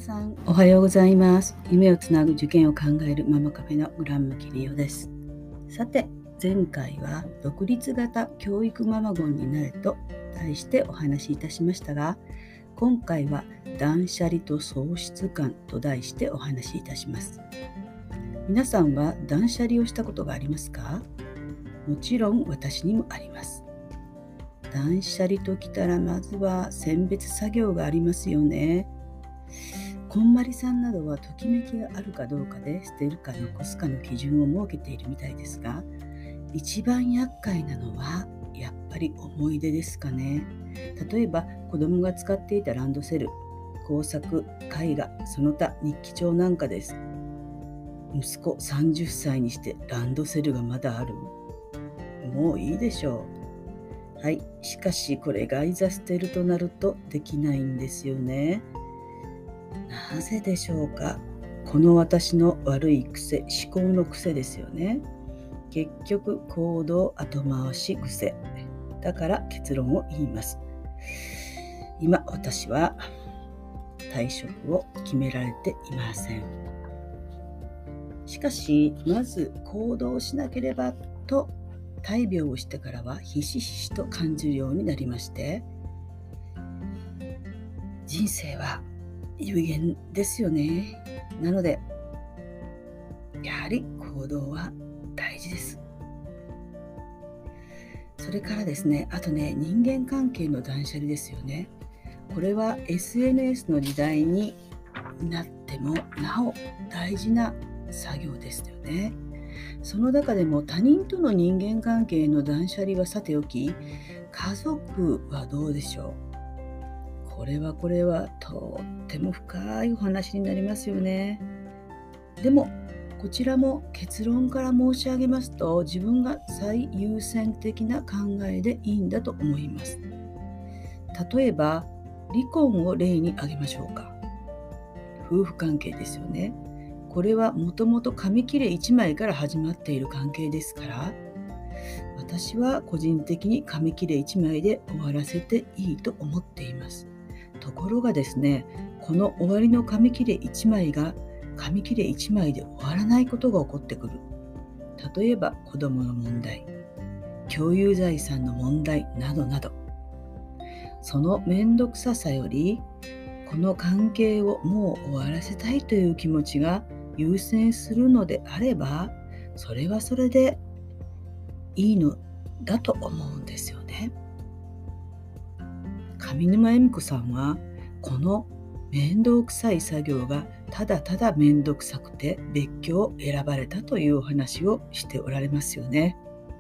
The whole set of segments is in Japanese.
さんおはようございます。夢をつなぐ受験を考えるママカフェのグランマキリオです。さて、前回は独立型教育ママゴンになれと題してお話しいたしましたが、今回は断捨離と喪失感と題してお話しいたします。皆さんは断捨離をしたことがありますか？もちろん私にもあります。断捨離ときたらまずは選別作業がありますよね。こんまりさんなどはときめきがあるかどうかで捨てるか残すかの基準を設けているみたいですが、一番厄介なのはやっぱり思い出ですかね。例えば子供が使っていたランドセル、工作、絵画、その他日記帳なんかです。息子30歳にしてランドセルがまだある。もういいでしょう。はい、しかしこれがいざ捨てるとなるとできないんですよね。なぜでしょうか。この私の悪い癖、思考の癖ですよね。結局行動後回し癖。だから結論を言います。今私は退職を決められていません。しかしまず行動しなければと大病をしてからはひしひしと感じるようになりまして、人生は有限ですよね。なのでやはり行動は大事です。それからですね、あとね、人間関係の断捨離ですよね。これは SNS の時代になってもなお大事な作業ですよね。その中でも他人との人間関係の断捨離はさておき、家族はどうでしょう。これはとっても深いお話になりますよね。でもこちらも結論から申し上げますと、自分が最優先的な考えでいいんだと思います。例えば離婚を例に挙げましょうか。夫婦関係ですよね。これはもともと紙切れ1枚から始まっている関係ですから、私は個人的に紙切れ1枚で終わらせていいと思っています。ところがですね、この終わりの紙切れ1枚が紙切れ1枚で終わらないことが起こってくる。例えば子どもの問題、共有財産の問題などなど、そのめんどくささよりこの関係をもう終わらせたいという気持ちが優先するのであれば、それはそれでいいのだと思うんですよね。上沼恵美子さんはこの面倒くさい作業がただただ面倒くさくて別居を選ばれたというお話をしておられますよね。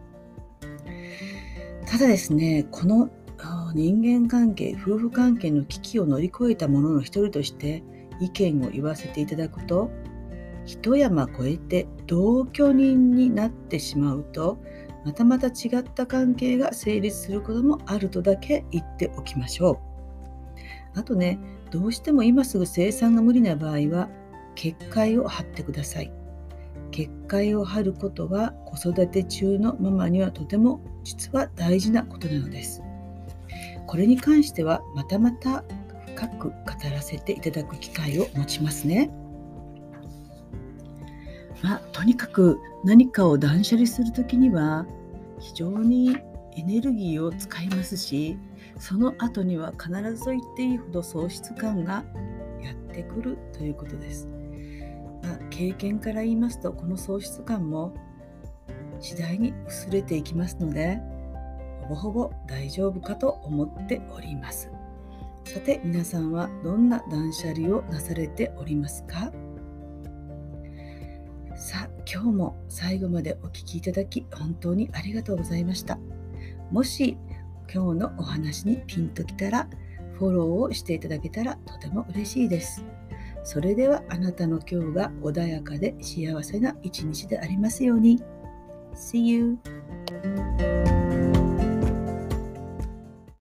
ただですね、この人間関係、夫婦関係の危機を乗り越えた者の一人として意見を言わせていただくと、一山越えて同居人になってしまうと、また違った関係が成立することもあるとだけ言っておきましょう。あとね、どうしても今すぐ生産が無理な場合は結界を張ってください。結界を張ることは子育て中のママにはとても実は大事なことなのです。これに関してはまた深く語らせていただく機会を持ちますね。とにかく何かを断捨離するときには非常にエネルギーを使いますし、その後には必ずと言っていいほど喪失感がやってくるということです。経験から言いますと、この喪失感も次第に薄れていきますので、ほぼほぼ大丈夫かと思っております。さて皆さんはどんな断捨離をなされておりますか？さあ、今日も最後までお聞きいただき本当にありがとうございました。もし今日のお話にピンときたらフォローをしていただけたらとても嬉しいです。それではあなたの今日が穏やかで幸せな一日でありますように。See you!